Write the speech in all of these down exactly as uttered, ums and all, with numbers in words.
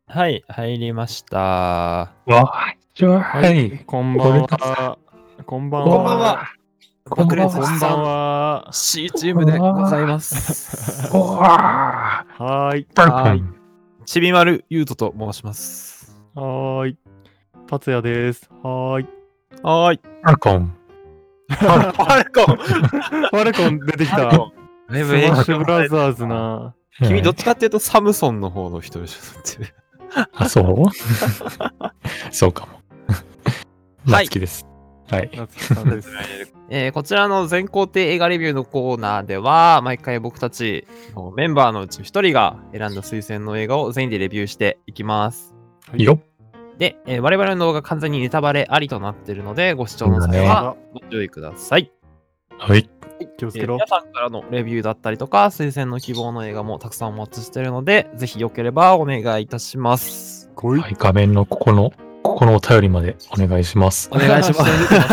はい、入りました。 わあ、ちょ、 は、 はいい。 こんばんは。こんばんは。 こんばんは。 こんばんは。 爆裂こんばんは。 C チームでございます。 おわはーい。 はい。ちびまるゆうとと申します。 はーい。達也です。はーい。 はーい。 ファルコン。 ファルコン。 ファルコン出てきた。 だいスぶマッシュブラザーズな。 君どっちかっていうとサムソンの方の人でしょ。 あ、そうそうかも。 はい。 夏希です。はい。 夏希さんです。 えー、こちらの全肯定映画レビューのコーナーでは、毎回僕たちのメンバーのうちひとりが選んだ推薦の映画を全員でレビューしていきます。 いいよ。 で、えー、我々の動画完全にネタバレありとなっているので、ご視聴の際はご注意ください。 はい。 気をつけろ。 えー、皆さんからのレビューだったりとか、推薦の希望の映画もたくさんお待ちしているので、ぜひよければお願いいたします。 はい、画面のここの、ここのお便りまでお願いします。 お願いします。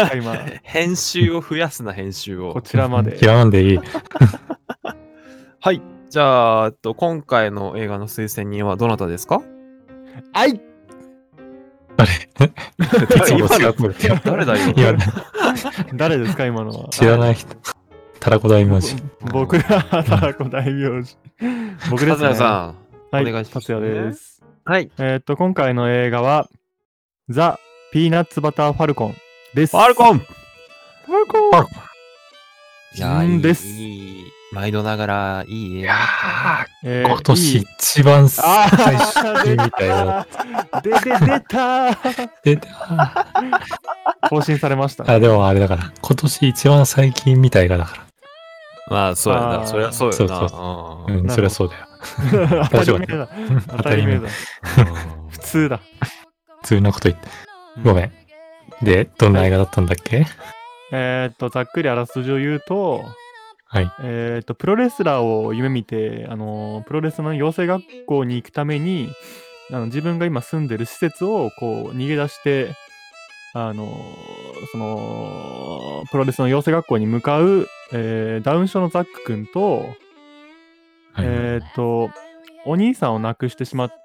今編集を増やすな、編集を。 こちらまで。 切らんでいい。 はい。じゃあ、えっと、今回の映画の推薦人はどなたですか？ はい。 誰いつも違う。 誰だよ。 いや、 誰ですか、今のは。 知らない人。たらこ大名字。 僕ら、たらこ大名字。僕ですね。 達也さん、 はい、 お願いします達也です。 はい。 えーっと、今回の映画は、ザ・ピーナッツバターファルコンです。 ファルコンファルコンファルコンいやー、いいんですいい、毎度ながらいい映画。 えー今年いい一番あ最ー新みたいな。 で、で、出たで、 更新されましたね。 あ、でもあれだから、今年一番最近見た映画だから。 まあ、そうやな。 あーそりゃそうよな。 そううんうん、そりゃそうだよ。 当たり前だ。当たり前だ。 うん普通だ。 普通なこと言って。ごめん。で、どんな映画だったんだっけ？ えーっと、ざっくりあらすじを言うと、 はい。 えーっと、プロレスラーを夢見て、あの、プロレスの養成学校に行くために、あの自分が今住んでる施設をこう逃げ出して、あのそのプロレスの養成学校に向かう、えーダウン症のザック君と、 はいえーっとお兄さんを亡くしてしまって、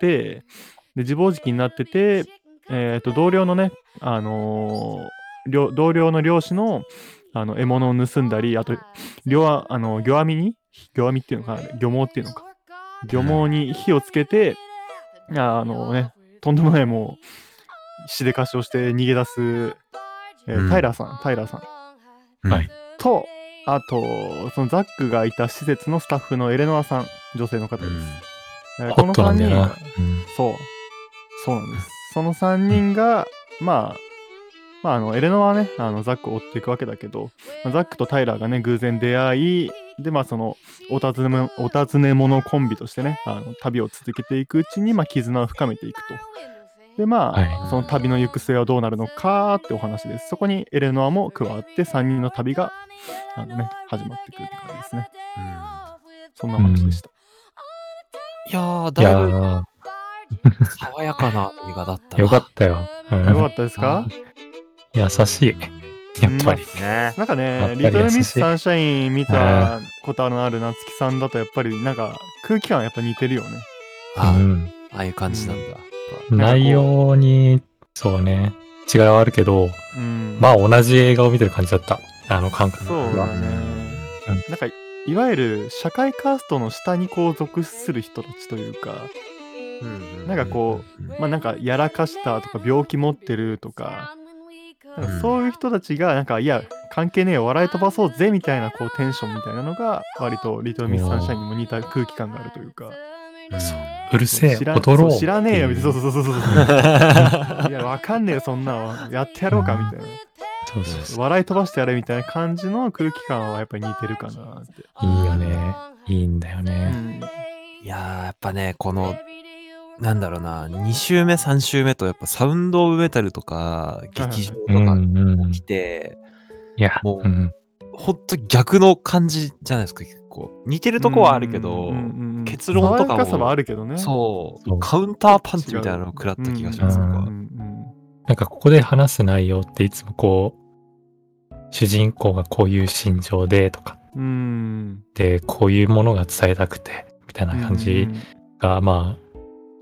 で自暴自棄になってて、えーっと同僚のね、あのー両同僚の漁師のあの獲物を盗んだり、あと漁あの漁網に漁網っていうのか漁網っていうのか漁網に火をつけて、あのねとんでもないもうしでかしをして逃げ出す、えーうんタイラーさんタイラーさんうんはいと、あとそのザックがいた施設のスタッフのエレノアさん、女性の方です。えーホットなんだよな。 このさんにんがそうそうなんです。そのさんにんが、まあまあ、あのエレノアはね、あのザックを追っていくわけだけど、まあザックとタイラーがね、偶然出会い、で、まあ、そのお尋ねもお尋ね者コンビとしてね、あの旅を続けていくうちに、まあ、絆を深めていくと。で、まあ、 はいその旅の行く末はどうなるのかってお話です。そこにエレノアも加わって、さんにんの旅があの、ね、始まってくるって感じですね。そんな話でした。 いやー、 いだいぶや爽やかな映画だったー、 な。 よかったよ。うんよかったですか？ 優しい。やっぱり。 ね。 なんかね、 やっぱりリトルミ優しいスサンシャイン見たことのある夏希さんだと、やっぱりなんか空気感やっぱ似てるよね。 あーうん、 ああいう感じなんだ。 なんかこ内容に、そうね、違いはあるけど、 う、うん、 まあ同じ映画を見てる感じだった。あの感覚は。 そうだね。なんかいわゆる社会カーストの下にこう属する人たちというか、なんかこう、 まあなんかやらかしたとか病気持ってるとか、なんかそういう人たちがなんかいや関係ねえよ笑い飛ばそうぜみたいなこうテンションみたいなのが割とリトルミスサンシャインにも似た空気感があるというか、 うるせえ、 知ら踊ろう。 そう知らねえよみたいな、そうそうそうそうそういやわかんねえよそんなのやってやろうかみたいな、 そうそうそう。 笑い飛ばしてやれみたいな感じの空気感はやっぱり似てるかなって、 いいよね。いいんだようね。 ん、 いやー、やっぱね、この、なんだろうな、に週目、さん週目と、やっぱサウンドオブメタルとか、劇場とうんかうん。 来て、 いや、 もううん、 ほんと逆の感じじゃないですか、結構。似てるとこはあるけど、 うんうんうん結論とかも爽やかさはあるけどね。 そう、 そうカウンターパンチみたいなのを食らった気がします、 うん僕は。 うんうんなんかここで話す内容っていつもこう、主人公がこういう心情でとか、 うんうんで、こういうものが伝えたくて、みたいな感じが、まあ、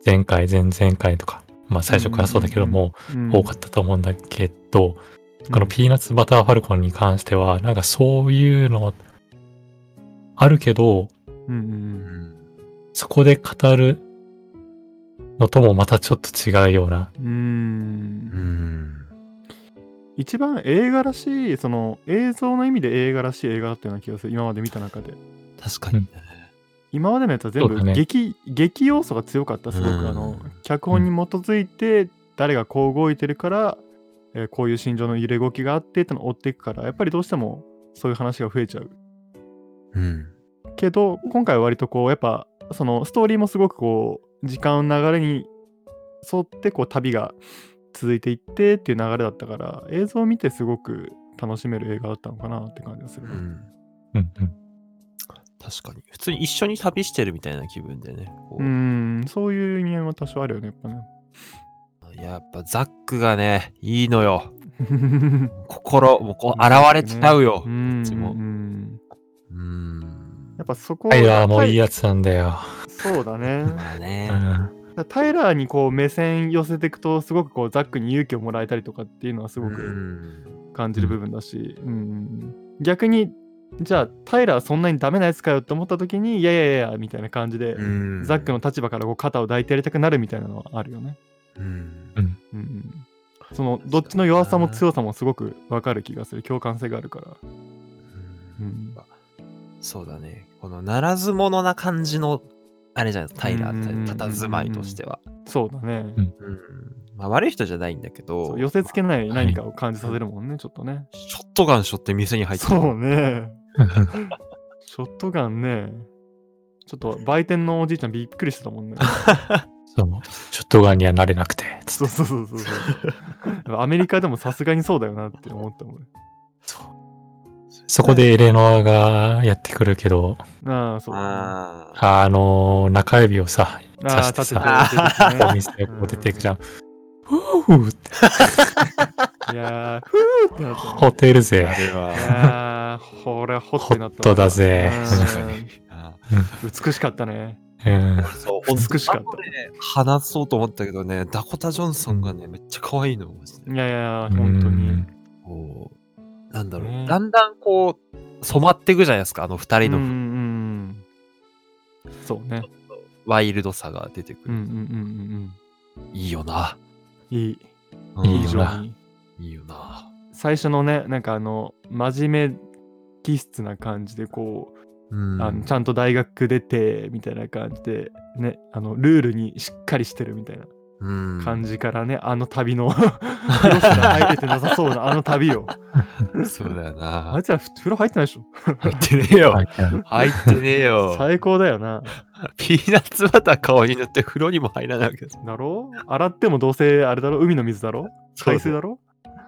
前回、前々回とか、まあ最初からそうだけども、 うん多かったと思うんだけど、このピーナッツバターファルコンに関しては、なんかそういうのあるけど、 うんうんううんん。 そこで語るのともまたちょっと違うような。 うーんうん。 一番映画らしい、その映像の意味で映画らしい映画だったような気がする、今まで見た中で。 確かにね。 今までのやつは全部そうだね劇、劇要素が強かった、すごく。 うんあの脚本に基づいて、誰がこう動いてるから、えーこういう心情の揺れ動きがあってってのを追っていくから、やっぱりどうしてもそういう話が増えちゃう。 うん。 けど、今回は割とこう、やっぱ、そのストーリーもすごくこう、時間の流れに沿ってこう旅が続いていってっていう流れだったから、映像を見てすごく楽しめる映画だったのかなって感じがするね。 うん。 うんうん。 確かに。普通に一緒に旅してるみたいな気分でね。こううーん、そういう意味合いも多少あるよね、やっぱね。 やっぱザックがね、いいのよ。心、もうこう、現れちゃうよ。こうんっちもう。んうーん。 やっぱそこタイラーもいいややつなんだよ。 そうだね。 まあうね。 ん。 タイラーにこう目線寄せていくと、すごくこうザックに勇気をもらえたりとかっていうのはすごうくん。 感じる部分だし、うん逆に、じゃあタイラーそんなにダメなやつかよって思った時に、いやいやいやみたいな感じで、 うんザックの立場からこう肩を抱いてやりたくなるみたいなのはあるよね。 うん。 うん。 うんそのどっちの弱さも強さもすごくわかる気がする。共感性があるから。うんそうだね。このならず者な感じの、あれじゃないですか、タイラうんうんうんうんー、たたずまいとしては。 そうだね。 うんうん。まあ悪い人じゃないんだけそどう、寄せ付けない何かを感じさせるもんね、ちょっとね。 ショットガンしょって店に入ってそうね。ショットガンね。ちょっと売店のおじいちゃんびっくりしてたもんね。 そう。ショットガンにはなれなくて。つってそうそうそうそうそう。アメリカでもさすがにそうだよなって思ったもん。 そこでエレノアがやってくるけど、 ああ、そうだね。 ああ。 あの、中指をさ、刺ああ、 して立ててさ、 出てきてねお店でこう出ていくじゃん。ふぅって、 いやー、ふーってなったね。 ホテルぜ。 あれは。 いやー、これはホットになったわ。 ホットだぜうん美しかったね。 うん。 そう、 美しかった後でね話そうと思ったけどね、ダコタ・ジョンソンがね、めっちゃ可愛いの。マジでいやいや、本当に。 こう、なんだろう、 ねだんだんこう、染まっていくじゃないですか、あの二人のうんうんうん。そうね。 ワイルドさが出てくる。 うんうんうんうんいいよな。 うん。いい。 うんいいよな非常に。 いいよな。 最初のね、なんかあの、真面目気質な感じで、こう、 うん。 あのちゃんと大学出て、みたいな感じで、ね、あの、ルールにしっかりしてるみたいなうん感じからね、あの旅の、風呂すら入れてなさそうなあの旅よ。 そうだよあな。 いつら風呂入ってないでしょ。 入ってねえよ。 はいはい入ってねえよ。 最高だよな。 ピーナッツバター顔に塗って風呂にも入らないわけです。 だろ洗ってもどうせあれだろ海の水だろ海水だろ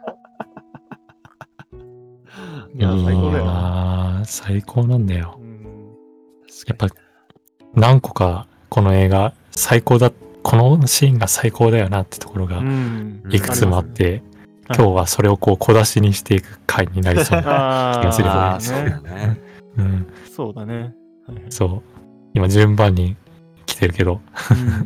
いや、 いい最高だよな。 な。最高なんだよ。 うんやっぱ、何個かこの映画、最高だ、このシーンが最高だよなってところがうんいくつもあって、 ありますね今日はそれをこう小出しにしていく回になりそうな。 あ気がするあ、 あーそうだね。 ね。 うん、 そうだね。はいはいそう。今順番に来てるけど。 うん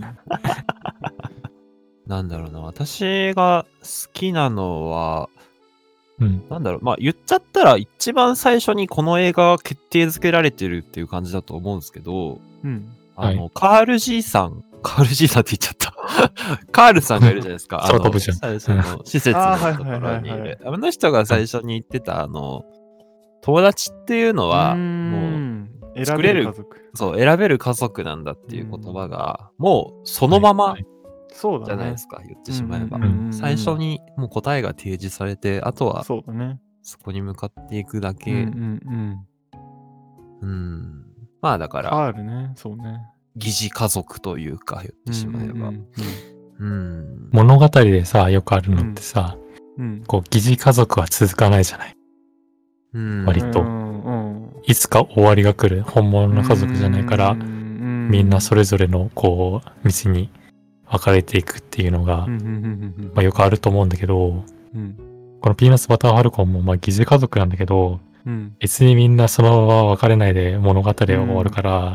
なんだろうな。私が好きなのは、 うん。 なんだろう。まあ言っちゃったら一番最初にこの映画が決定づけられてるっていう感じだと思うんですけど、 うん。 あの、 はカール爺さん、カール爺さんって言っちゃった。カールさんがいるじゃないですか。あの、 空飛ぶじゃん最初の施設のところにいる。あの人が最初に言ってた、あの、友達っていうのは、もう、 もう、 作れる選べる家族。 そう、選べる家族なんだっていう言葉が、もうそのままはいそうだね。 じゃないですか、言ってしまえば。 うんうんうんうん最初にもう答えが提示されて、あとはそうだね。 そこに向かっていくだうんけ。 うんうん。 うん。まあだから、 カールね。そうね。 疑似家族というか、言ってしまえば。 うんうんうん。 物語でさ、よくあるのってさ、 うんうんこう疑似家族は続かないじゃない。 うん。 割とうんうんいつか終わりが来る。本物の家族じゃないから、みんなそれれぞれのこう道に分かれていくっていうのが、 うんうんうんまあ、よくあると思うんだけど、 うんこのピーナッツバターファルコンもまあ疑似家族なんだけど、 うん別にみんなそのまま別れないで物語は終わるから、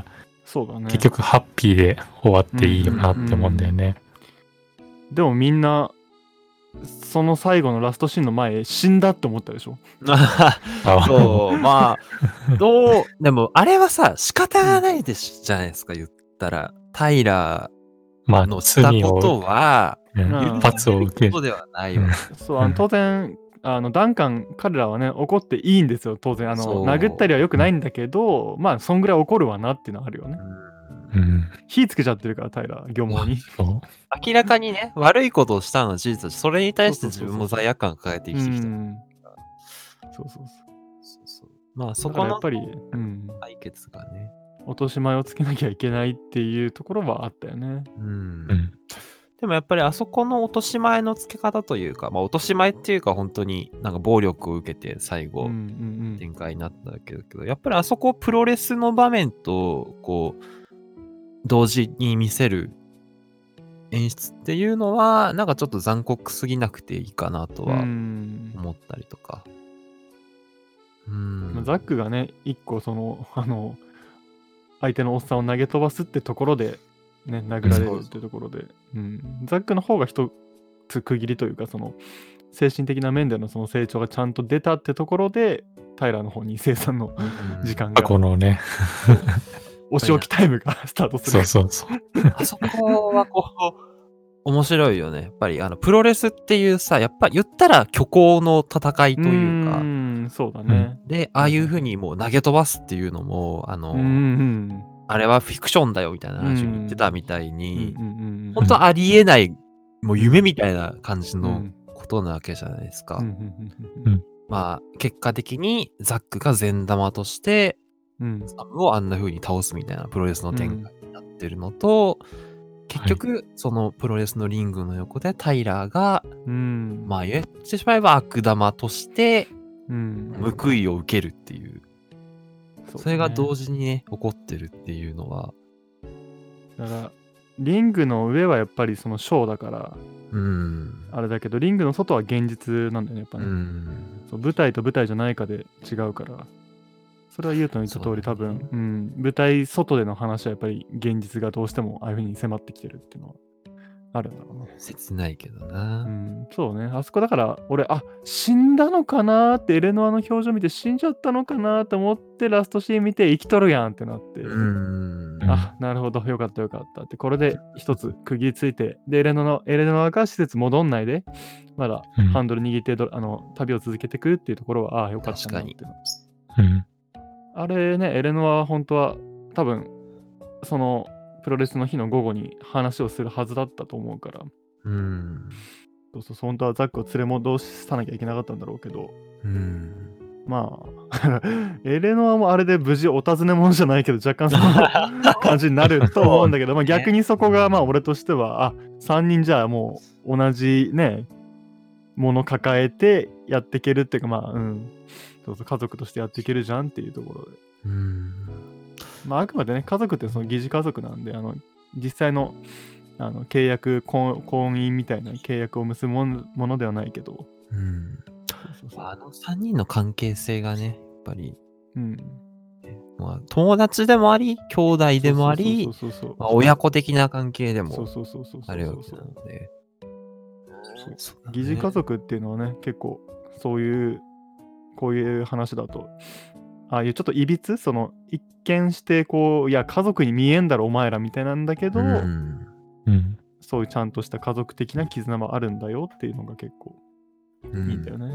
そうだね。 結局ハッピーで終わっていいよなって思うんだよね。 でもみんなその最後のラストシーンの前死んだって思ったでしょ。 あそう、まあ、どう、でもあれはさ、仕方がないでし、じゃないですか、言ったら。タイラまあーのした罪を、 ことは、 うんうん一発を受けることではないわ。 そう、あの当然あのダンカン彼らはね怒っていいんですよ、当然あそうの殴ったりは良くないんだけど、まあそんぐらい怒るわなっていうのはあるよね。 うんうん、 火つけちゃってるからタイラー漁網に。 そう明らかにね、悪いことをしたのは事実だし、それに対してそうそうそうそう自分も罪悪感抱えて生きてきた。 うんそうそうそう。 そうそうまあそだからこのやっぱり、うん、 解決がね。 落とし前をつけなきゃいけないっていうところはあったよね。 うんうんでもやっぱりあそこの落とし前のつけ方というか、まあ落とし前っていうか本当になんか暴力を受けて最後うんうん展開になったけど、やっぱりあそこプロレスの場面とこう同時に見せる演出っていうのはなんかちょっと残酷すぎなくていいかなとうん。うはん思ったりとか。うまあん。 ザックがね一個そのあの相手のおっさんを投げ飛ばすってところでね殴られるってところで、うん、ザックの方が一つ区切りというかその精神的な面でのその成長がちゃんと出たってところでタイラーの方に生産の時間が過去のね、 お仕置きタイムがスタートする。 そうそうそう。 あそこはこう、面白いよね。やっぱりあのプロレスっていうさ、やっぱ言ったら虚構の戦いというか、 んそうだね。 で、ああいう風にもう投げ飛ばすっていうのも、あの、 うんうんあれはフィクションだよみたいな話を言ってたみたいうんに、 うんうん本当ありえない、もう夢みたいな感じのうんことなわけじゃないですか。 うんうんうんまあ、結果的にザックが善玉として、 うんサムをあんな風に倒すみたいなプロレスの展開になってるのと、結局、そのプロレスのリングの横でタイラーが、 うんまあ言ってしまえば悪玉としてうん報いを受けるっていう、 そうそれが同時時にね、起こってるっていうのは、 だからリングの上はやっぱりそのショーだからうん。 あれだけどリングの外は現実なんだよねやっぱうね、 ん。 そう舞台と舞台じゃないかで違うからそれはユウトの言った通り、多そうだね分、うん、舞台外での話はやっぱり現実がどうしてもああいう風に迫ってきてるっていうのはあるんだろうね。 切ないけどな。 うん、そうね。あそこだから俺、あ、死んだのかなーってエレノアの表情見て死んじゃったのかなーって思ってラストシーン見て生きとるやんってなって、 うん。 あ、なるほど、よかったよかったって、これで一つ区切りついて、で、エレノのエレノアが施設戻んないで、まだうんハンドル握ってどあの旅を続けてくっていうところは、ああ、よかったなっていうの。 うん。 あれね、エレノアは本当は多分、そのプロレスの日の午後に話をするはずだったと思うから、 うん。 そうそう、本当はザックを連れ戻さなきゃいけなかったんだろうけど、 うん。 まあ、エレノアもあれで無事お尋ね者じゃないけど、若干その感じになると思うんだけど、まあ逆にそこがまあ俺としては、あ、さんにんじゃあもう同じね、もの抱えてやっていけるっていうか、まあ、うん、そうそう、家族としてやっていけるじゃんっていうところで。 うん。 まああくまでね、家族ってその疑似家族なんで、あの、実際のあの契約、婚婚姻みたいな契約を結ぶものものではないけど、 うん。 そうそうそうあのさんにんの関係性がね、やっぱり、 うん、 まあ、友達でもあり、兄弟でもありそう、そうそうそうそうまあ、親子的な関係でもそうそうそうそうそうあるわけなそうので。 そうそうだね疑似家族っていうのはね、結構そういうこういう話だと、ああいうちょっといびつ、その一見してこう、いや家族に見えんだろお前らみたいなんだけど、 うん。 うん。 そういうちゃんとした家族的な絆もあるんだよっていうのが結構うんいいんだよね。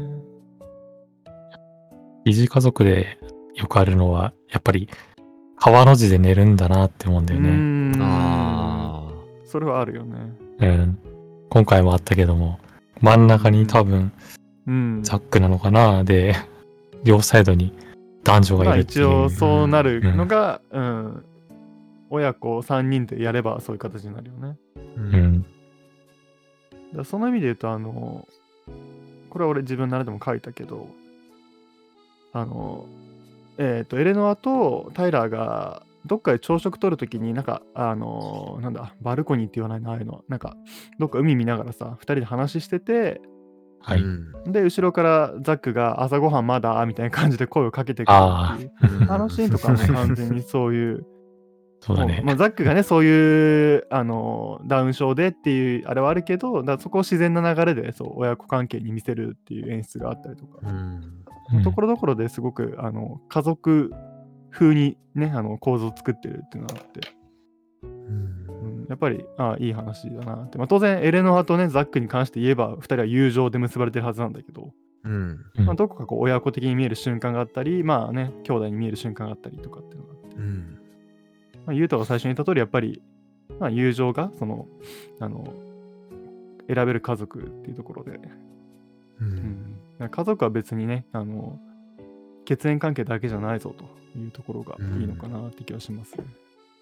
疑似家族でよくあるのは、やっぱり川の字で寝るんだなって思うんだよね。 うーんあそれはあるよね。 うん。今回もあったけども、真ん中に多分うん。 ザックなのかな、で、両サイドに男女まあがいるっていう。 一応そうなるのが、うん、親子さんにんでやればそういう形になるよね。 ー。う。 うんん。 だからその意味で言うと、あの、これは俺自分ならでも書いたけど、あの、えっ、と、エレノアとタイラーがどっかで朝食取るときに、なんか、あの、なんだ、バルコニーって言わないな、ああいうのは。なんか、どっか海見ながらさ、ふたりで話してて、 はい。 うんで、後ろからザックが朝ごはんまだみたいな感じで声をかけてくるっていう。 うんあのシーンとかも完全にそういうそうだね。 まあ、ザックがねそういうあのダウン症でっていうあれはあるけど、だからそこを自然な流れでそう親子関係に見せるっていう演出があったりとか、 うん。 うんところどころですごくあの家族風にねあの構造を作ってるっていうのがあって、 うんうん、やっぱりあいい話だなって、まあ、当然エレノアとねザックに関して言えばふたりは友情で結ばれてるはずなんだけど、 うん。 うんまあ、どこかこう親子的に見える瞬間があったり、まあね兄弟に見える瞬間があったりとかっていうのがあって、 うん。 まあ、ユウタが最初に言った通りやっぱり、まあ、友情がそのあの選べる家族っていうところで、 う。 うんん、家族は別にねあの血縁関係だけじゃないぞというところがいいのかなって気がしますね。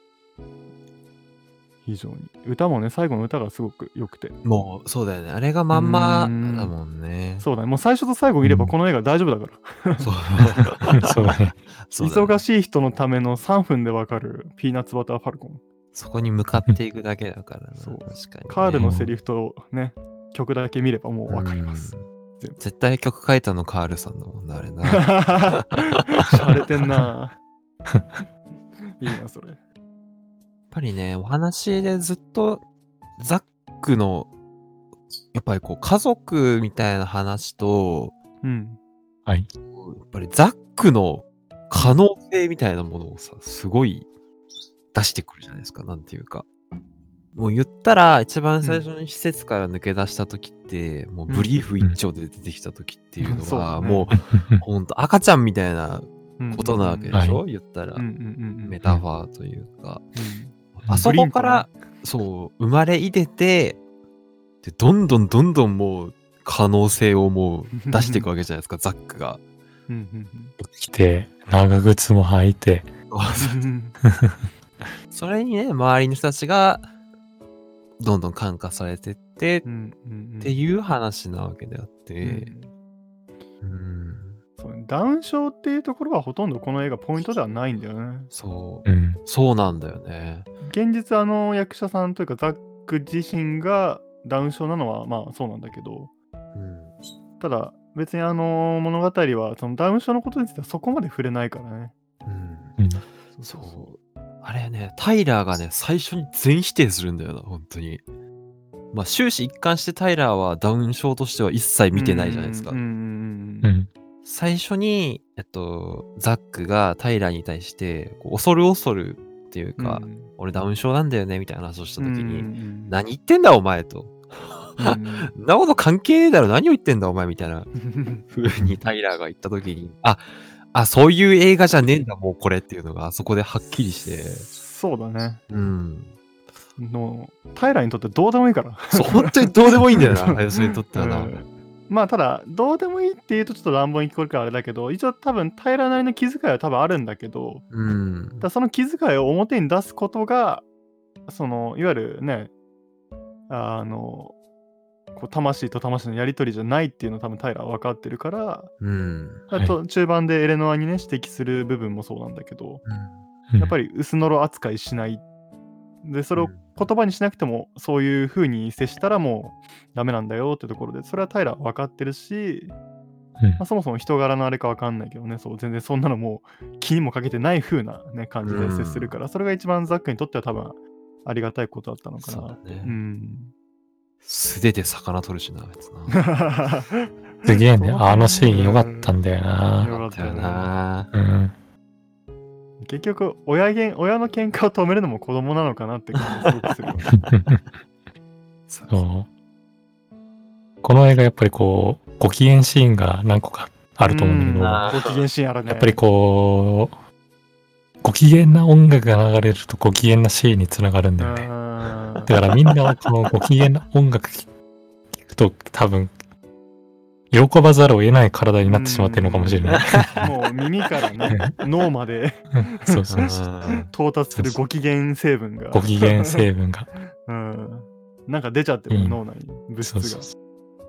非常に歌もね最後の歌がすごく良くて、 もう、そうだよね。あれがまんまうーんだもんね。 そうだね、もう最初と最後見ればうんこの映画大丈夫だから、 そう。 そうだね。 そうだね忙しい人のためのさんぷんでわかるピーナッツバターファルコン、 そこに向かっていくだけだからな。 そう確かにね。 カールのセリフとね曲だけ見ればもうわかります。 うん絶対曲書いたのカールさんだもんな、あれな。 しゃれてんな。いいなそれ。 やっぱりね、お話でずっとザックの、やっぱりこう家族みたいな話と、 うん。 はい。 やっぱりザックの可能性みたいなものをさ、すごい出してくるじゃないですか、なんていうか。もう言ったら、一番最初に施設から抜け出した時って、もうブリーフ一丁で出てきた時っていうのは、 そうだねもう、ほんと赤ちゃんみたいなことなわけでしょ、 は言ったらうん。うんうんうん。 メタファーというか。 うんあそこから、そう、生まれいでて、で、どんどんどんどんもう、可能性をもう出していくわけじゃないですか、ザックが。 うんうん来て、長靴も履いて、 うんそれにね、周りの人たちが、どんどん感化されてって、 うんうんうんっていう話なわけであっうて、 んうん、 そうねダウン症っていうところはほとんどこの映画ポイントではないんだよね。 そう、 うん。 そうなんだよね。 現実あの役者さんというかザック自身がダウン症なのはまあそうなんだけど、 うん、 ただ別にあの物語はそのダウン症のことについてはそこまで触れないからね。 うん、 うん。 そう。あれね、タイラーがね、最初に全否定するんだよな、本当に。まあ、終始一貫してタイラーはダウン症としては一切見てないじゃないですかうん。うんううんん。 最初に、えっと、ザックがタイラーに対して、こう恐る恐るっていううんか、俺ダウン症なんだよね、みたいな話をした時に、 に何言ってんだお前と。んなこと関係ねえだろ、何を言ってんだお前みたいな風にタイラーが言った時に、あ、あ、そういう映画じゃねえんだ、もうこれっていうのが、あそこではっきりして、 そうだね。 うん。 のタイラーにとってどうでもいいから。 そう、本当にどうでもいいんだよな、あやすにとってはな。 うんまあただどうでもいいっていうとちょっと乱暴に聞こえるからあれだけど、一応多分タイラーなりの気遣いは多分あるんだけど、 うん。 だからその気遣いを表に出すことがそのいわゆるねあのこう魂と魂のやり取りじゃないっていうのを多分タイラーは分かってるから、 うん。 あと中盤でエレノアにね指摘する部分もそうなんだけど、 うんやっぱり薄のろ扱いしないで、それを言葉にしなくてもそういう風に接したらもうダメなんだよってところで、それはタイラーは分かってるし、 うんまあ、そもそも人柄のあれか分かんないけどね、そう全然そんなのもう気にもかけてない風な、ね、感じで接するから、それが一番ザックにとっては多分ありがたいことだったのかな。 そうだね。 うん。 素手で魚取るしな、あいつな。 すげえね。あのシーン良かったんだよよな。 かっだよたよね。 な。 うん。 結局親げん親の喧嘩を止めるのも子供なのかなって感じすごくするよね。 そうそう。この映画やっぱりこう、ご機嫌シーンが何個かあると思うんだけど、 うんやあーご機嫌シーンあるね。 っぱりこう、ご機嫌な音楽が流れるとご機嫌なシーンにつながるんだよね。 あだからみんなこのご機嫌な音楽聴くと多分、喜ばざるを得ない体になってしまってるのかもしれない。 ーもう耳からね脳までそうそうそう。 うん到達するご機嫌成分がご機嫌成分が。 うん、なんか出ちゃってる、 うん脳内に物質が。 そうそうそう。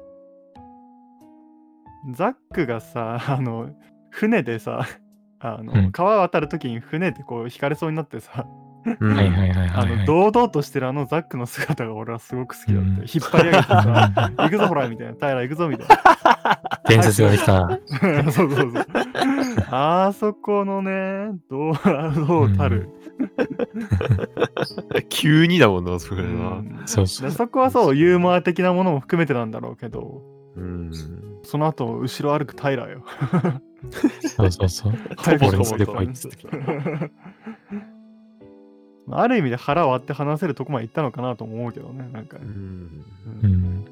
ザックがさあの船でさあの、 うん川渡るときに船でこう引かれそうになってさ、 うんはいはいはいあのはいはい。 堂々としてるあのザックの姿が俺はすごく好きだって、 うん引っ張り上げてさ行くぞほらみたいな、平行くぞみたい伝説ができたな。 なそうそうそうあそこのね、どう、どうたる。 急にだもんな、それうな。 んそうそう。 でそこはそう、ユーモア的なものも含めてなんだろうけど、 うん。 その後、後ろ歩くタイラーよ。 そうそうそう。 早く俺にしこもっ連れ来いっつとって。 ある意味で腹を割って話せるとこまで行ったのかなと思うけどね、なんかね。 うん。 うんうん。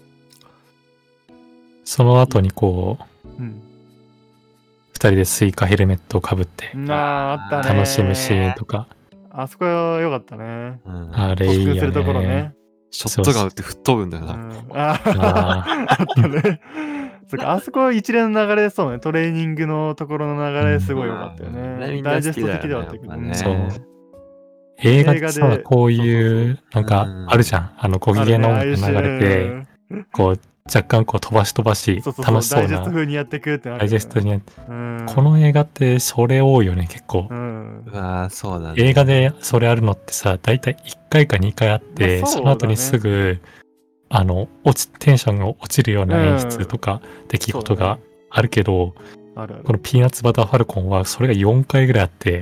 その後にこう、 うん。 二人でスイカヘルメットをかぶってああ、あったね。 楽しむシーンとか、 あそこは良かったね。 うんあれいいよ特訓するところねね。。 ショットガン打って吹っ飛ぶんだよな。 うん、あああったね。そっか、あそこ一連の流れそうね、トレーニングのところの流れすごい良かったよね。 うんみんなダイジェスト好きだよね的ではあったけどやっぱねそう映画で映画さ、 でこういう、なんかうんあるじゃん。あの、小機嫌の音楽が流れて、こう、若干こう飛ばし飛ばしそうそうそう楽しそうダイジェストな風にやってくってなるダイジェストにやっうん、 この映画ってそれ多いよね、結構う。んうわーそうだね。 映画でそれあるのってさ、だいたいいっかいかにかいあって、 まあそうだねその後にすぐ、あの、落ち、テンションが落ちるような演出とか、出来事があるけど、 あるあるこのピーナッツバターファルコンはそれがよんかいぐらいあって、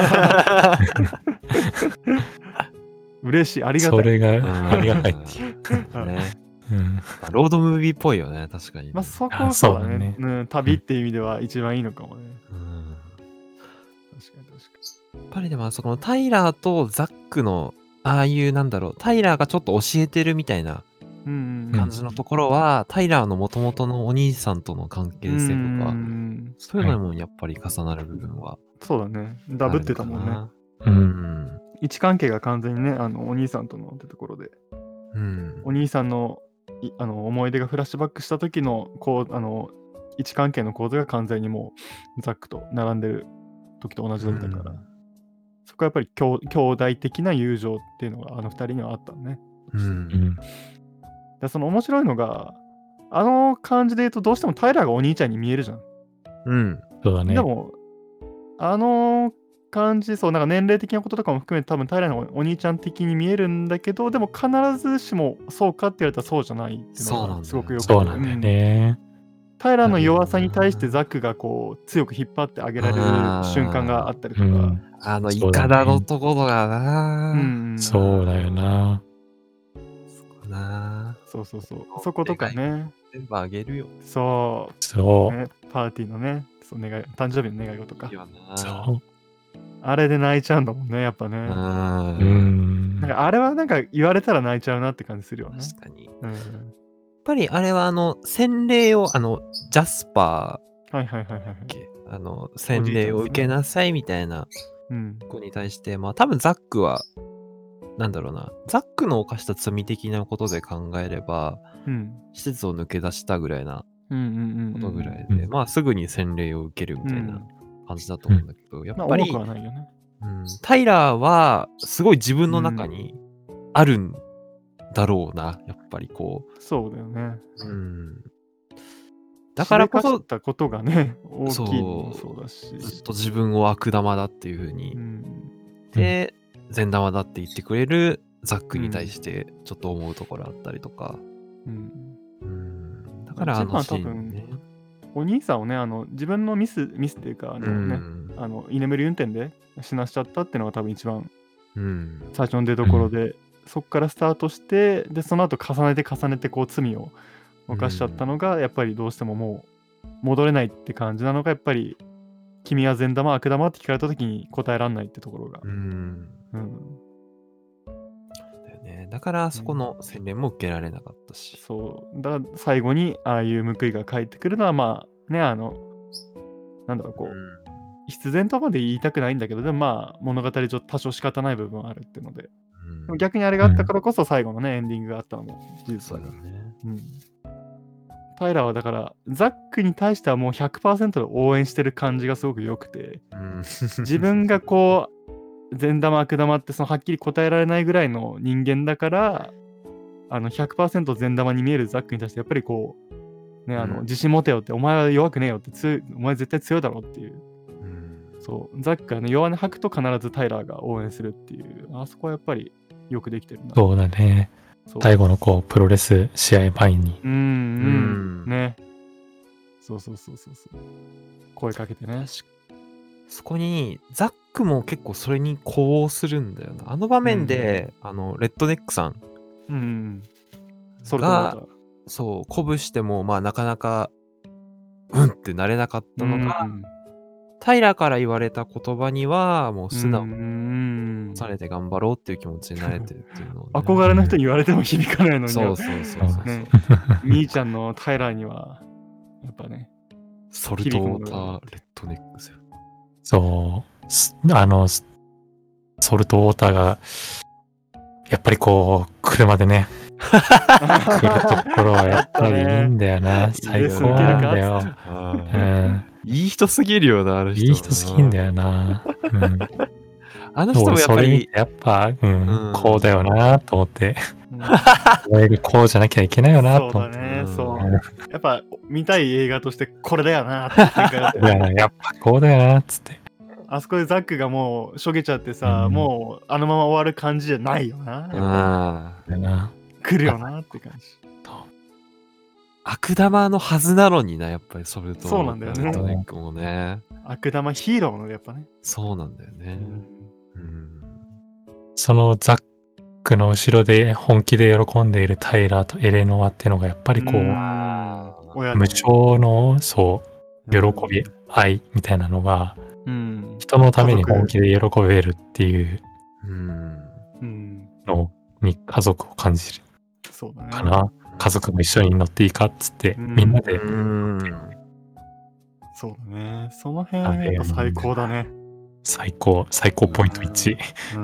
嬉しい、ありがたい。 それがうんありがたいっていう。 ね。 うん。 まあロードムービーっぽいよね、確かにね。 まあそこあそうだねそうだねうん。旅っていう意味では一番いいのかもね。 うん確かに確かやっぱりでもあそこのタイラーとザックのああいうなんだろうタイラーがちょっと教えてるみたいなに。うん感じのところは、タイラーの元々のお兄さんとの関係性とうかんそういうのもやっぱり重なる部分はそうだね。ダブってたもんね。 あう。 るのかな。うんん位置関係が完全にね、あのお兄さんとのってところで、 うんお兄さんのいあの思い出がフラッシュバックした時のこうあの位置関係の構図が完全にもうザックと並んでる時と同じだったから、そこはやっぱり兄兄弟的な友情っていうのがあの二人にはあったね。 うんうん。 でその面白いのが、あの感じで言うとどうしてもタイラーがお兄ちゃんに見えるじゃん。 うんそうだねで。も、あの感じ、そう、なんか年齢的なこととかも含めて多分タイラーのお兄ちゃん的に見えるんだけど、でも必ずしもそうかって言われたらそうじゃないっていうのがそうなんだよねすごくよくてそうなんだよね。 タイラーの弱さに対してザックがこう強く引っ張ってあげられる瞬間があったりとか、 うん。 あのイそうだねカダのところがなうんそうだよな。 そうなそうそうそう、そことかね、 全部あげるよそ、 そうう。 ね、パーティーのね、そう願い誕生日の願い事かいい、よなそう。 あれで泣いちゃうんだもんね、やっぱね。 うんうんなん。かあれはなんか言われたら泣いちゃうなって感じするよね。 確かにやっうん、 ぱりあれはあの洗礼をあのジャスパはいはいはいはいはいーっ。けあの洗礼を受けなさいみたいなうん、 子に対してまあ多分ザックはなんだろうなザックの犯した罪的なことで考えればうん、 施設を抜け出したぐらいなうんうんうんうん。 ことぐらいで、 うんまあすぐに洗礼を受けるみたいなうん感じだと思うんだけど、やっぱり、 まあ重くはないよね。 うん、タイラーはすごい自分の中にあるんだろうな、やっぱりこそうだよね。 う、うん、だからこそしでかしたことがね、大きいのもそうだし。 ずっと自分を悪玉だっていう風にう、ん、 で善玉だって言ってくれるザックに対してちょっと思うところあったりとか、 うん。 うん、だからあのシーンね、 お兄さんをね、あの自分のミス、ミスっていうか、あのね、 うんあの居眠り運転で死なしちゃったっていうのが多分一番うん、 最初の出どころで、そこからスタートして、で、その後重ねて重ねてこう罪を犯しちゃったのが、やっぱりどうしてももう戻れないって感じなのが、やっぱり君は善玉悪玉って聞かれた時に答えられないってところが。 うんうん、 だよね。だからそこの洗礼も受けられなかったし。 そう。だから最後にああいう報いが返ってくるのは、まあね、あの、なんだろう、こう、必然とまで言いたくないんだけど、でもまあ物語上多少仕方ない部分はあるっていうので、でうんも逆にあれがあったからこそ最後のね、エンディングがあったのも事実そうだから。 だね。 うん。タイラーはだから、ザックに対してはもう ひゃくパーセントで応援してる感じがすごく良くて、 うん自分がこう、善玉悪玉ってそのはっきり答えられないぐらいの人間だから、あの ひゃくパーセント 善玉に見えるザックに対してやっぱりこう、ね、あのうん自信持てよって、お前は弱くねえよって強い、お前絶対強いだろっていう、 うんそう、ザックがね、弱音吐くと必ずタイラーが応援するっていう、あそこはやっぱりよくできてるな。 そうだね。 そう最後のこう、プロレス試合前に。 うんうん、 うんね。そうそうそうそうそう。声かけてね。 そこにザックも結構それに呼応するんだよな。あの場面で、あのレッドネックさんうん。ソルトウォーがター。 そう鼓舞してもまあなかなかうんってなれなかったのが、 うん平から言われた言葉にはもうう素直にん。 されて頑張ろうっていう気持ちになれてるっていうのをね、 憧れの人に言われても響かないのに、 そうそうそうそう、 ね、みーちゃんのタイラーには、やっぱね、 ソルトウォーターレッドネックですよ。 そうすあのスソルトウォーターがやっぱりこう車でね来るところはやっぱりいいんだよな、最高なんだよ。うん、 いい人すぎるよな、あの人。 いい人すぎんだよな。うん、 あの人もやっぱり、 やっぱ、うん、 うん、 こうだよなと思って、こうじゃなきゃいけないよなと思って。 そうだね、そう。やっぱ見たい映画としてこれだよなって展開だったよね。 やっぱこうだよなっつって。 あそこでザックがもうしょげちゃってさ、うん、もうあのまま終わる感じじゃないよな。 ああ。 来るよなって感じ。 悪玉のはずなのにな、やっぱりそれと。 そうなんだよね。 トネックもね。 悪玉ヒーローのやっぱね。 そうなんだよね。 うんうん、 そのザックの後ろで本気で喜んでいるタイラーとエレノアっていうのがやっぱりこう、う無償のそう喜び、愛みたいなのが、うん、人のために本気で喜べるっていうのに家族を感じるかな。ね、家族も一緒に乗っていいかっつって、みんなで。 そうだね。その辺はやっぱ最高だね。 最高、最高ポイントいち。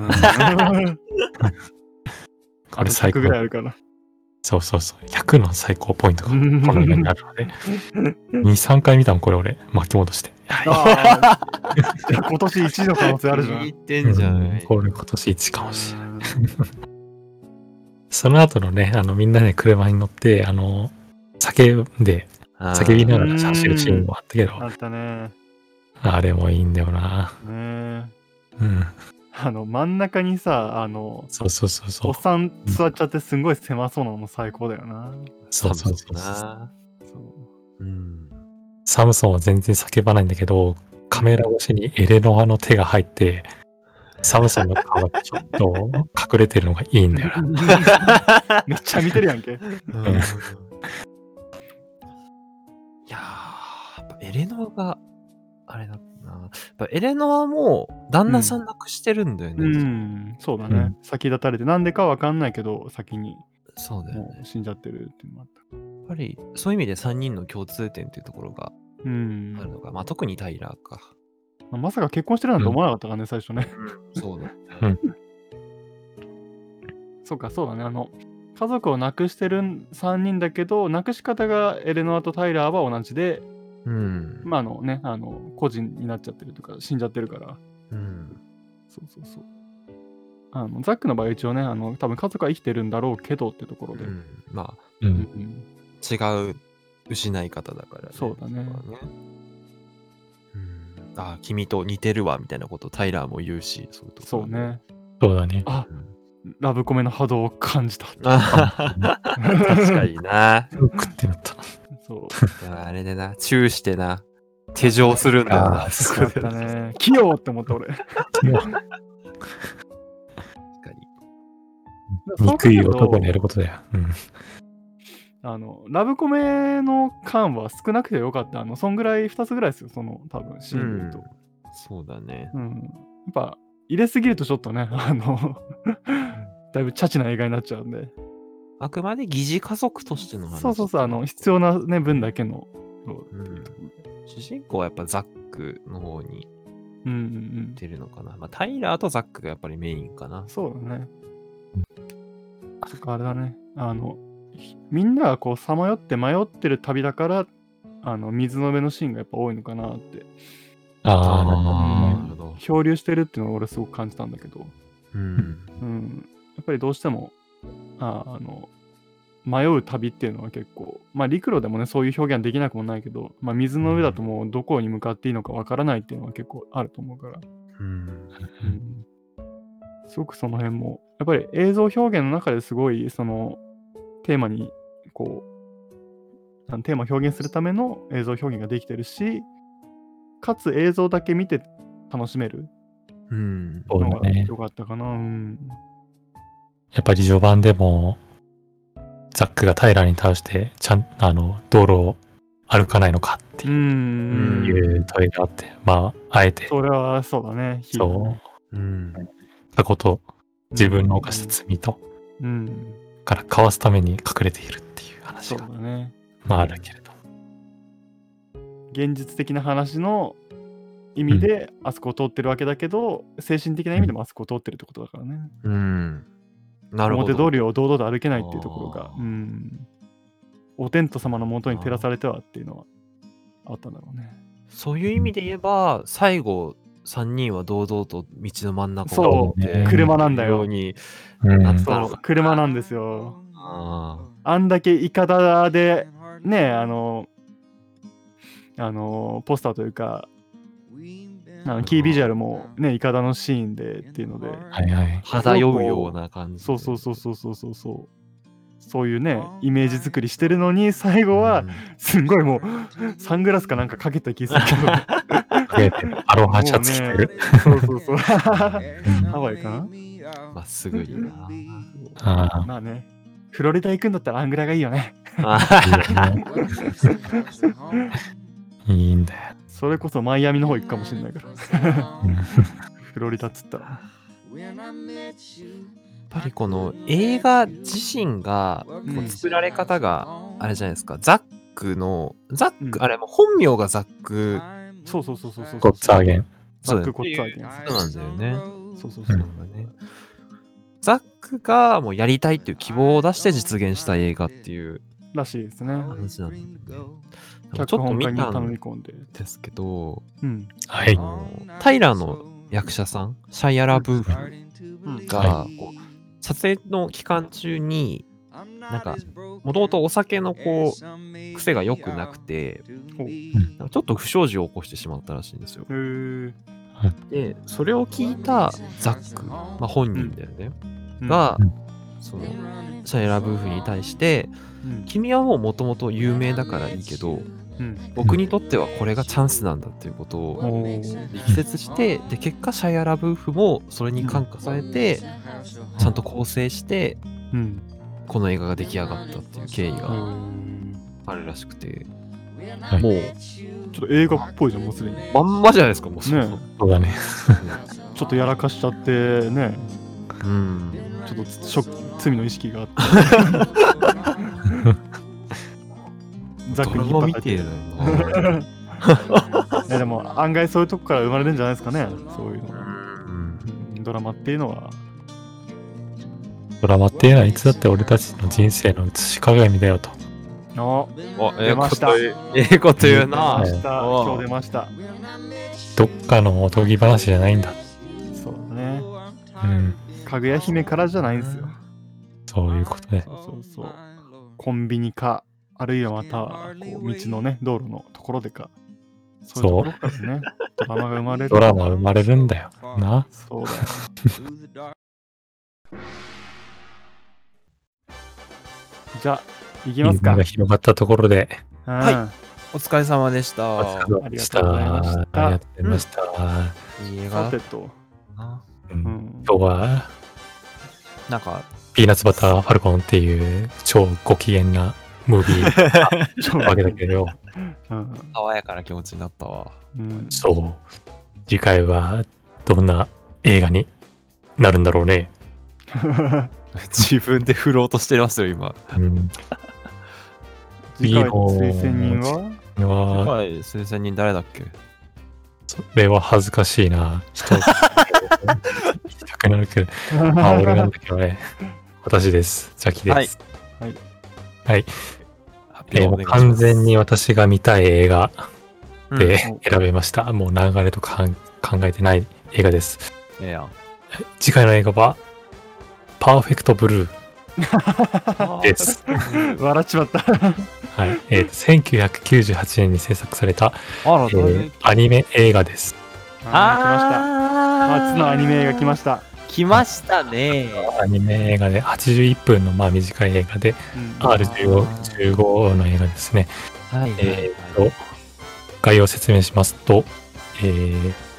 これ最高ぐらいあるから。 そうそうそう。ひゃくの最高ポイントがこの上にあるので。に、さんかい見たもん、これ俺。巻き戻して。 あじゃあ今年いちの可能性あるじゃん。 言ってんじゃない。 これ今年いちかもしれない。その後のね、あの、みんなで車に乗って、あの、叫んで、叫びながら走るシーンもあったけど。 あったね。 あれもいいんだよな。 ねうん。 あの、真ん中にさ、あの、 そうそうそうそう。 おっさん座っちゃってすんごい狭そうなのも最高だよな。 そうそうそう。 そう。うん。 サムソンは全然叫ばないんだけど、カメラ越しにエレノアの手が入って、サムソンの顔がちょっと隠れてるのがいいんだよな。めっちゃ見てるやんけ。うん、いやー、やっぱエレノアが、あれだな。やっぱエレノアも旦那さん亡くしてるんだよね。 うん、うん、そうだね、うん。先立たれて、なんでかわかんないけど、先に。 そうだよね。 死んじゃってるっていうのもあった。 やっぱり、そういう意味でさんにんの共通点っていうところがあるのが、うん、まあ特にタイラーか。 まあ、まさか結婚してるなんて思わなかったからね、うん、最初ね。 そうだ。 うん。 そうか、そうだね。あの、家族を亡くしてるさんにんだけど、亡くし方がエレノアとタイラーは同じで、 うん、 まああのね、あの、個人になっちゃってるとか、死んじゃってるから。 うん。 そうそうそう。あの、ザックの場合一応ね、あの、多分家族は生きてるんだろうけどってところで。うん、 まあ、 うんうん、 違う失い方だからね。 そうだね。 うん、あ、君と似てるわみたいなことをタイラーも言うし、そういうところ、 そうね。 そうだね。 あ、うん、ラブコメの波動を感じた。 確かにな。 食ってなった。 そう。 あれでな、チューしてな、手錠するんだよな。 そうだね。器用って思った俺。 確かに。憎い男にやることだよ。うん。 あの、ラブコメの感は少なくてよかった。あの、そんぐらい、ふたつぐらいですよ、その、多分シーンで言うと、うん。 そうだね。 うん。やっぱ、入れすぎるとちょっとね、あの、だいぶチャチな映画になっちゃうんで。 あくまで疑似家族としての話。 そうそうそう、あの、必要なね、分だけの。 うん、主人公はやっぱザックの方に出るのかな。うんうんうん、まあ、タイラーとザックがやっぱりメインかな。 そうだね。そっか、あれだね。あの、みんながこうさまよって迷ってる旅だから、あの水の上のシーンがやっぱ多いのかなって。 ああ、 なるほど。漂流してるっていうのを俺すごく感じたんだけど。 うん。 うん、やっぱりどうしても、ああの、迷う旅っていうのは結構、まあ陸路でもね、そういう表現できなくもないけど、まあ水の上だともうどこに向かっていいのかわからないっていうのは結構あると思うから。 うん。うん、 すごくその辺も、やっぱり映像表現の中ですごい、その、テーマに、こう、テーマを表現するための映像表現ができてるし、かつ映像だけ見て楽しめるうん。 そうのがだね。 良かったかな。うん。 やっぱり序盤でも、ザックがタイラーに倒して、ちゃん、あの、道路を歩かないのかってういん。 う問いがあって、まあ、あえて、 それはそうだね。 そう、 うん。 過去と自分の犯した罪と、 うん。 からかわすために隠れているっていう話そうが、 だね。 まああるけれど。 現実的な話の意味であそこを通ってるわけだけど、精神的な意味でもあそこを通ってるってことだからね。 うん。なるほど。 表通りを堂々と歩けないっていうところが、うん。お天道様のもとに照らされてはっていうのはあったんだろうね。 そういう意味で言えば、最後、さんにんは堂々と道の真ん中そうを通って車なんだよようにうんなっそうたのか。 車なんですよ。 ああんだけイカダでね、あのあのポスターというかあのキービジュアルもねイカダのシーンでっていうので、 はいはい。 あ、漂うような感じで。 そうそうそうそうそうそうそうそういうねイメージ作りしてるのに最後はすんごいもうサングラスかなんかかけた気するけどかけてアロハシャツ着てる。 もうねそうそうそうハワイかなまっすぐにな。 あまあねフロリダ行くんだったらあんぐらいがいいよねああ、いいよね。いいんだよ。 それこそマイアミの方行くかもしれないからうんフロリダっつったらやっぱりこの映画自身がこうんう作られ方があれじゃないですか、ザックのザック、 うんあれもう本名がザックそうそうそうそうそうゴッツァーゲン。 ザックコッツァーゲンそうなんだよね。 そうそうそうそうなんだね。ザックがもうやりたいっていう希望を出して実現した映画っていうらしいですね話なんだよね。ちょっ脚と見本家に頼たんみ込んでですけど、 うんはい。 あのタイラーの役者さん、シャイアラ・ブーフうんが、こう撮影の期間中に、なんか、もともとお酒のこう、癖が良くなくて、 ほうなんかちょっと不祥事を起こしてしまったらしいんですよ。 へーで、それを聞いたザック、まあ本人だよね、 うんがうん、 その、シャイアラ・ブーフに対して、 うん君はもうもともと有名だからいいけど、 うん僕にとってはこれがチャンスなんだっていうことをおー力説して、で結果シャイアラ・ブーフもそれに感化されて、ちゃんと構成してうんこの映画が出来上がったっていう経緯うがんあるらしくて、 はいもうちょっと映画っぽいじゃんもうすでにまんまじゃないですか、もうそねそうだね。 ちょっとやらかしちゃってねうん。 ちょっとショック罪の意識があってザックにドラマみ引っ張っててえだよな。 いやでも案外そういうとこから生まれるんじゃないですかねそういうのが、 うん。 うん、ドラマっていうのはドラマっていうのはいつだって俺たちの人生の映し鏡だよと。 ああ、ええこ出ましたと言う、ええこと言うな。 はい出ましたおう今日出ましたどっかのおとぎ話じゃないんだ。 そうだねうん。 かぐや姫からじゃないんですよそういうことで。 そうそうそうコンビニかあるいはまたこう道のね道路のところでかそういうところからねドラマが生まれるドラマ生まれるんだよ。な。 そうだよじゃあ行きますか夢が広がったところで。 はお疲れ様でした。 お疲れ様でした。 ありがとうございましたありがとうございました。 いい映い画だっさてと、 たな。 ううんん、 今日はなんか、 ピーナッツバターファルコンっていう超ご機嫌なムービーなわけだけど、 うん爽やかな気持ちになったわ。 うん、 そう。次回はどんな映画になるんだろうね。 自分で振ろうとしてますよ、今。 うん。 次回の推薦人はは、 はい、推薦人誰だっけ？ それは恥ずかしいな。人を聞きたくなるけど、まあ俺なんだけどね。私です。ザキです。 はいはい。 発表えーもうお願いします完全に私が見たい映画うんで選べました。もう流れとかん考えてない映画です。 ええやん。 次回の映画は、パーフェクトブルーです。 笑っちまったはい。えーせんきゅうひゃくきゅうじゅうはちねんに制作された、 あら、 えーアニメ映画です。 あー来ましたあ初のアニメ映画来ました、 来ましたね。 アニメ映画ではちじゅういっぷんのまあ短い映画で、 うん、 アールじゅうご、じゅうごの映画ですね。 はいはいはいえーと、概要を説明しますと、えー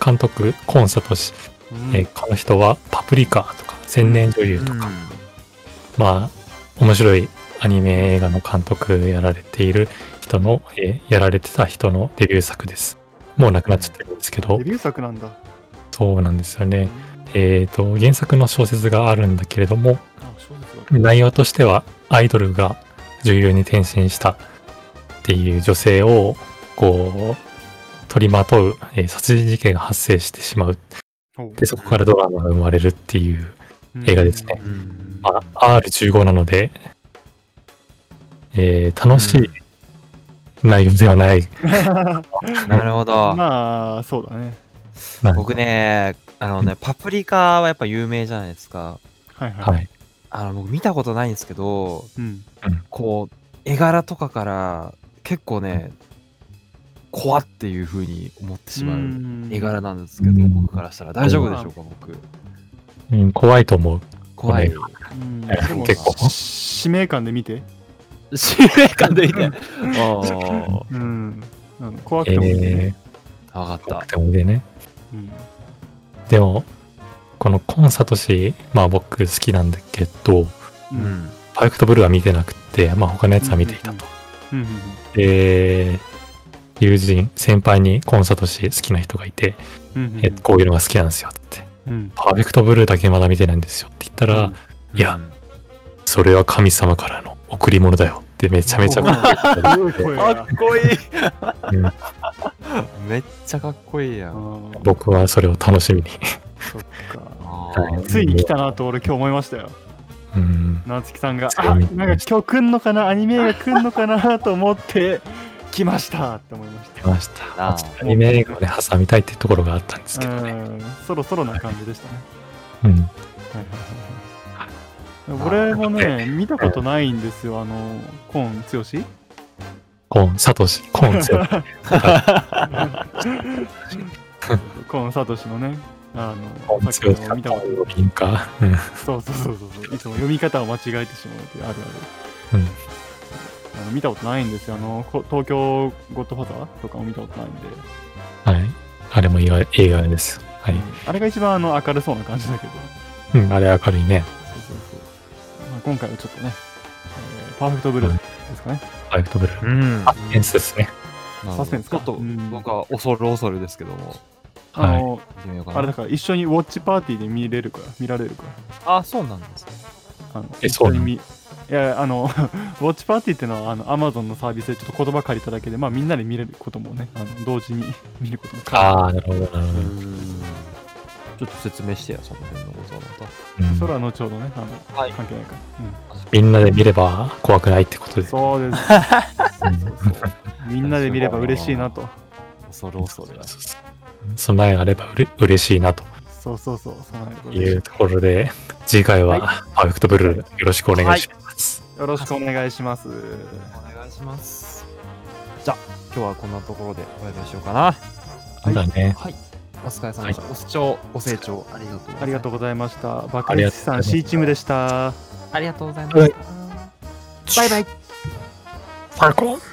監督、コンサトシ。 うんえーこの人はパプリカとか千年女優とか、まあ面白いアニメ映画の監督やられている人の、えーやられてた人のデビュー作です。もう亡くなっちゃってるんですけどデ、ビュー作なんだ。 そうなんですよね。えっ、と原作の小説があるんだけれども、 あ、そうですよ。 内容としてはアイドルが女優に転身したっていう女性をこう取りまとう、えー殺人事件が発生してしまう。 ほうでそこからドラマが生まれるっていう映画ですね。 うんまあ、アールじゅうご なので、えー楽しい内容ではない。 なるほど。 まあ、そうだね。 なん僕ね、あのね、パプリカはやっぱ有名じゃないですか。 はいはい。 はい。 あの、僕見たことないんですけど、 うん。 こう、絵柄とかから結構ね、怖っていう風に思ってしまう絵柄なんですけど、 うん僕からしたら大丈夫でしょうか、僕。 うん、怖いと思う。 怖い。 こうんはいでも結構し使命感で見て。 使命感でいて。あうん。うん怖くても見てね。 あ、わかった。 でもね。 うんでも、このコンサトシ、まあ僕好きなんだけど、 ううんん。 パーフェクトブルーは見てなくて、まあ他のやつは見ていたと。 うんうんで、友人、先輩にコンサトシ好きな人がいて、 うんうんえこういうのが好きなんですよって。 うんパーフェクトブルーだけまだ見てないんですよって言ったら、 うんいや、それは神様からの贈り物だよってめちゃめちゃかっこいいすごい声かがっこいい。 うんめっちゃかっこいいやん。 うん僕はそれを楽しみに。 そっか。 あーはいついに来たなと俺今日思いましたよ。 うん、 夏木さんが、 ついあ、 になんか今日来んのかな、アニメが来んのかなと思って来ましたって思いまし来ました。 あアニメ映画をね、挟みたいっていうところがあったんですけた。 どね。 うん、そろそろな感じでしたね。 うん。 はいはいはいはい。俺もね、見たことないんですよ、あの、コーン剛しコン、サトシ、コン強い。 コーンサトシのね、あコンの、さっき強いか、 の見たことコンビンか。うん。 そうそうそうそう、いつも読み方を間違えてしまうというあるある。 うん。 あの見たことないんですよ。あの、こ東京ゴッドファザーとかも見たことないんで。 はい。あれも映画映画です。はい。 あれが一番あの明るそうな感じだけど。 うん、あれ明るいね。 そうそうそう。まあ、今回はちょっとね、えーパーフェクトブルーですかね。 パーフェクトブルー。 うん。 あ、エンスですね。 なるほどサスペンスかちょっとうん僕は恐る恐るですけども、 あの、 見てみようかな。 あれだから一緒にウォッチパーティーで見れるから、見られるから。 あ、そうなんですね。 あのえそうなの一緒に見いや、あの、ウォッチパーティーっていうのは、あの、アマゾンのサービスでちょっと言葉借りただけで、まあみんなで見れることもね、あの同時に見ることも可能ああ、なるほど、なるほど。 ちょっと説明してよ、その辺のことはまた。 うんそれは後ほどね、あの、 はい関係ないから。 みんなで見れば怖くないってことうん、 で。 そうです。 うんそうそうみんなで見れば嬉しいなと。 恐る恐るや。 備えあればうれ嬉しいなとそうそうそう、そのいようところで、次回はパーフェクトブルーよろしくお願いします。 ろしくお願いします。 お願いします。じゃあ、今日はこんなところでおやめしようかな。 そうだね。 はい。お疲れ様でした。ご視聴、ご清聴ありがとうございます。 ありがとうございました。バあカリスさんりがとうございます C チームでした。 ありがとうございました。バイバイ。 ファルコン